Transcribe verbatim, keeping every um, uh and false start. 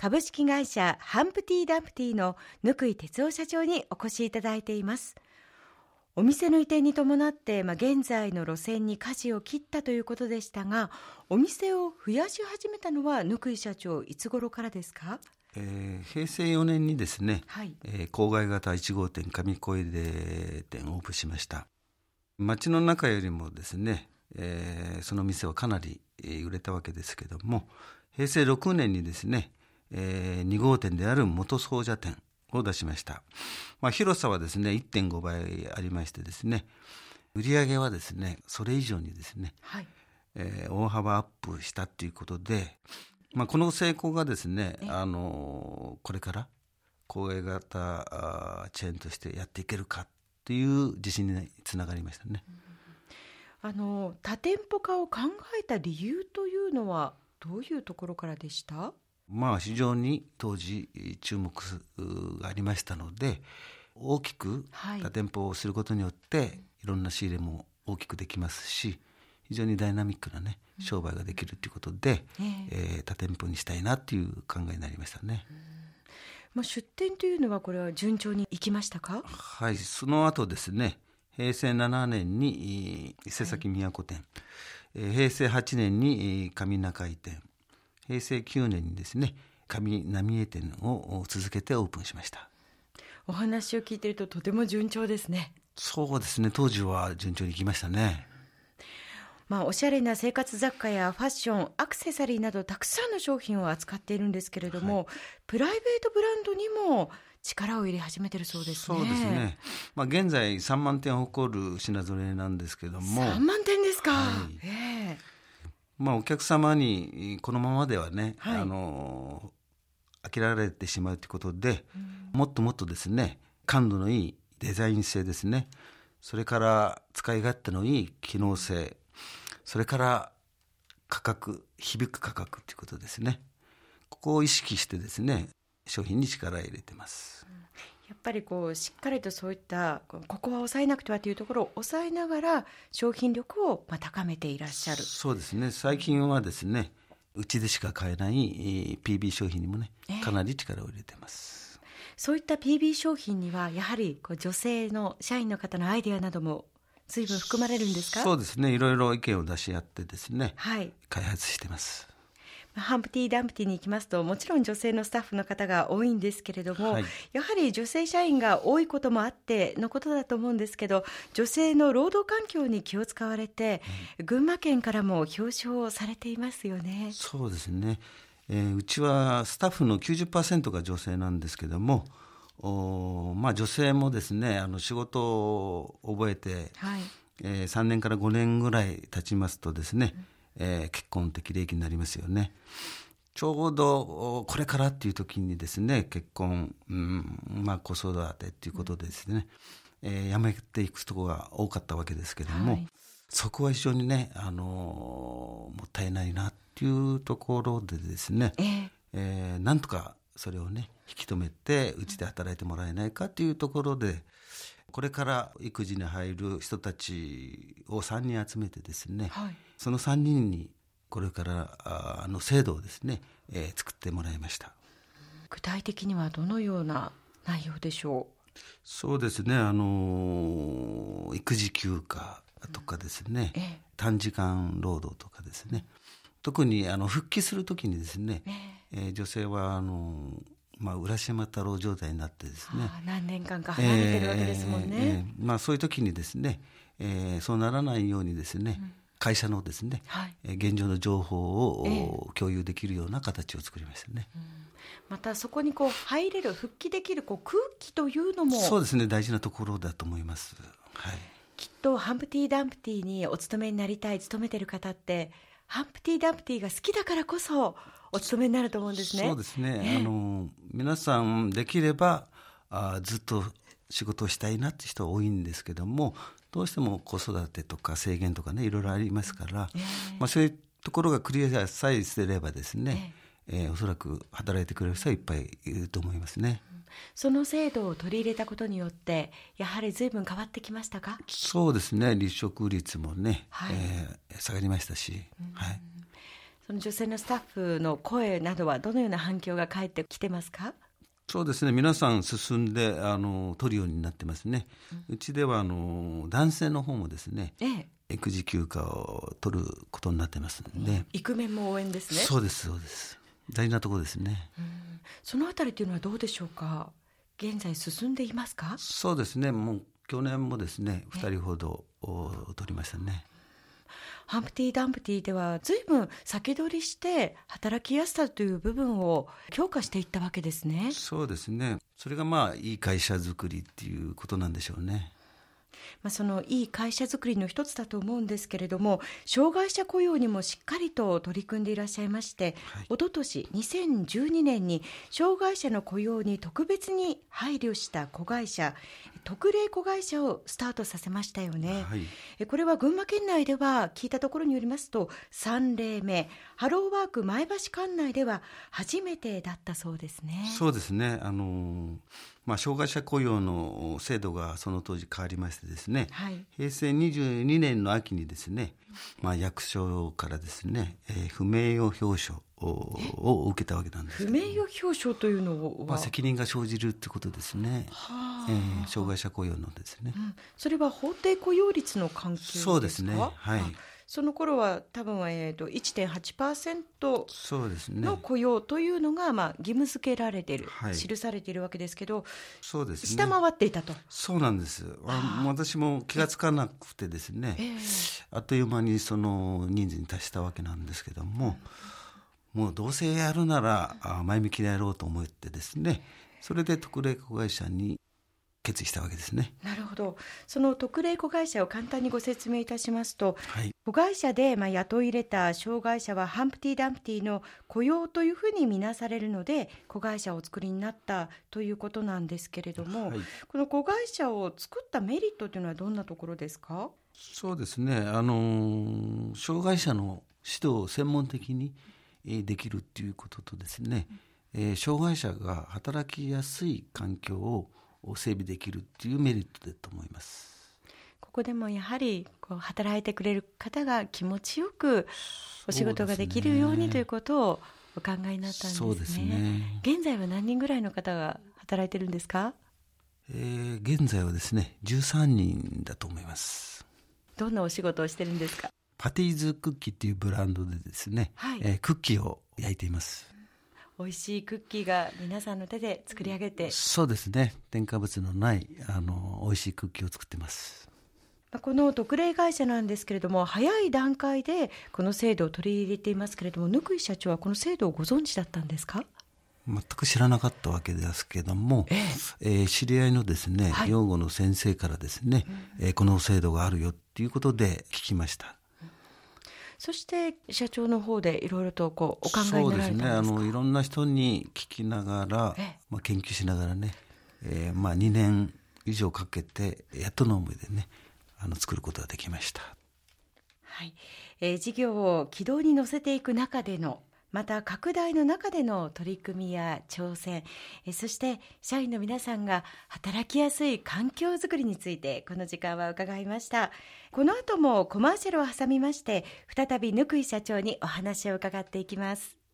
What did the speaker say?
株式会社ハンプティ・ダンプティの貫井哲夫社長にお越しいただいています。お店の移転に伴って、まあ、現在の路線に舵を切ったということでしたが、お店を増やし始めたのは貫井社長、いつ頃からですか？ えー、平成よねんにですね、 はいえー、郊外型いち号店上小出店をオープンしました。街の中よりもですね、えー、その店はかなり、えー、売れたわけですけども、平成ろくねんにですね、えー、に号店である元総社店を出しました。まあ、広さはですね いってんごばいありましてですね、売上はですねそれ以上にですね、 はいえー、大幅アップしたということで、まあ、この成功がですね、あのこれから郊外型チェーンとしてやっていけるかという自信につながりましたね。 うん、あの多店舗化を考えた理由というのはどういうところからでした？ まあ、非常に当時注目がありましたので、大きく多店舗をすることによって、はい、いろんな仕入れも大きくできますし、非常にダイナミックなね商売ができるということで、うんえーえー、多店舗にしたいなという考えになりましたね。うんまあ、出店というのはこれは順調にいきましたか？ はい、その後ですね、平成ななねんに伊勢崎宮古店、はい、平成はちねんに上中井店、平成きゅうねんにですね上浪江店を続けてオープンしました。 お話を聞いているととても順調ですね。 そうですね、当時は順調にいきましたね。 まあ、おしゃれな生活雑貨やファッション、アクセサリーなどたくさんの商品を扱っているんですけれども、はい、プライベートブランドにも力を入れ始めてるそうですね。 そうですね、まあ、現在さんまんてんを誇る品揃えなんですけども。 さんまんてんですか？ はい、えーまあ、お客様にこのままではね、 はい、 あの飽きられてしまうということで、うん、もっともっとですね感度のいいデザイン性ですね、それから使い勝手のいい機能性、それから価格、響く価格ということですね。ここを意識してですね商品に力を入れてます。うん、 やっぱりこうしっかりとそういったここは抑えなくてはというところを抑えながら商品力をまあ高めていらっしゃる。 そうですね、最近はですねうちでしか買えない ピービー 商品にもねかなり力を入れてます。 えー、そういった ピービー 商品にはやはりこう女性の社員の方のアイデアなども随分含まれるんですか？ そうですね、いろいろ意見を出し合ってですね、 はい、 開発してます。 ハンプティ・ダンプティに行きますともちろん女性のスタッフの方が多いんですけれども、はい、やはり女性社員が多いこともあってのことだと思うんですけど、女性の労働環境に気を使われて、うん、群馬県からも表彰されていますよね。 そうですね、えー、うちはスタッフの きゅうじゅっパーセント が女性なんですけども、おまあ、女性もですねあの仕事を覚えて、はいえー、さんねんからごねんぐらい経ちますとですね、うんえー、結婚適齢期になりますよね。ちょうどこれからっていう時にですね結婚、うんまあ、子育てっていうことでですね、うんえー、やめていくところが多かったわけですけども、はい、そこは非常にね、あのー、もったいないなっていうところでですね、えーえー、なんとかそれをね引き止めてうちで働いてもらえないかっていうところで、これから育児に入る人たちをさんにん集めてですね、はい、そのさんにんにこれからあの制度をですね、えー、作ってもらいました。 具体的にはどのような内容でしょう？ そうですね、あの育児休暇とかですね、うんええ、短時間労働とかですね、特にあの復帰するときにですね、えええー、女性はあのまあ、浦島太郎状態になってですね、 あ何年間か離れてるわけですもんね、えーえーまあ、そういう時にですね、えー、そうならないようにですね、うん、会社のですね、はい、現状の情報を、えー、共有できるような形を作りましたね、うん、 またそこにこう入れる復帰できるこう空気というのもそうですね、大事なところだと思います、はい、 きっとハンプティ・ダンプティにお勤めになりたい勤めてる方ってハンプティ・ダンプティが好きだからこそお勤めになると思うんですね。 そうですね、えー、あの皆さんできればあずっと仕事をしたいなって人は多いんですけども、どうしても子育てとか制限とかねいろいろありますから、えーまあ、そういうところがクリアさえすればですね、えーえー、おそらく働いてくれる人はいっぱいいると思いますね。 その制度を取り入れたことによってやはり随分変わってきましたか？ そうですね、離職率もね、はいえー、下がりましたし、うんはい、 その女性のスタッフの声などはどのような反響が返ってきてますか？ そうですね、皆さん進んであの取るようになってますね、うん、うちではあの男性の方もですね、ええ、育児休暇を取ることになってますので、 イクメンも応援ですね。 そうですそうです、大事なところですね。 うん、そのあたりというのはどうでしょうか？現在進んでいますか？ そうですね、もう去年もですねふたりほど取りましたね。 ハンプティ・ダンプティでは随分先取りして働きやすさという部分を強化していったわけですね。 そうですね、それがまあいい会社づくりっていうことなんでしょうね。 まあ、そのいい会社づくりの一つだと思うんですけれども、障害者雇用にもしっかりと取り組んでいらっしゃいまして、はい、おととしにせんじゅうにねんに障害者の雇用に特別に配慮した子会社、特例子会社をスタートさせましたよね。はい、これは群馬県内では聞いたところによりますとさんれいめ、ハローワーク前橋管内では初めてだったそうですね。 そうですね、あのまあ、障害者雇用の制度がその当時変わりましてですね、はい、へいせいにじゅうにねんの秋にですね、まあ、役所からですね、えー、不名誉表彰を受けたわけなんですけど、 不名誉表彰というのは、 まあ、責任が生じるってことですね。は、えー、障害者雇用のですね、うん、 それは法定雇用率の関係ですか？ そうですね、はい、 その頃は多分、えー、と いってんはちパーセント の雇用というのがまあ義務付けられている、はい、記されているわけですけど、 そうですね、 下回っていたと。 そうなんです。私も気がつかなくてですね、えー、あっという間にその人数に達したわけなんですけども、うん、もうどうせやるなら前向きでやろうと思ってですね、それで特例子会社に決意したわけですね。 なるほど。その特例子会社を簡単にご説明いたしますと、はい、子会社でまあ雇い入れた障害者はハンプティ・ダンプティの雇用というふうに見なされるので、子会社をお作りになったということなんですけれども、はい、この子会社を作ったメリットというのはどんなところですか？ そうですね、あの障害者の指導を専門的にできるということとですね、うん、えー、障害者が働きやすい環境を整備できるっていうメリットだと思います。 ここでもやはりこう働いてくれる方が気持ちよくお仕事ができるようにということをお考えになったんですね。 そうですね。 現在は何人ぐらいの方が働いてるんですか？ えー、現在はですねじゅうさんにんだと思います。 どんなお仕事をしてるんですか？ パティーズクッキーっていうブランドでですね、はい、えー、クッキーを焼いています。 美味しいクッキーが皆さんの手で作り上げて。 そうですね、添加物のないあの美味しいクッキーを作ってます。 この特例会社なんですけれども、早い段階でこの制度を取り入れていますけれども、貫井社長はこの制度をご存知だったんですか？ 全く知らなかったわけですけども、えええー、知り合いのですね、はい、養護の先生からですね、うん、えー、この制度があるよっていうことで聞きました。 そして社長の方でいろいろとこうお考えになられたんですか？ そうですね、あのいろんな人に聞きながら、まあ、研究しながらね、えーまあ、にねん以上かけてやっとの思いでね、あの作ることができました。 はい、えー、事業を軌道に乗せていく中での、また拡大の中での取り組みや挑戦、えそして社員の皆さんが働きやすい環境づくりについてこの時間は伺いました。この後もコマーシャルを挟みまして再び貫井社長にお話を伺っていきます。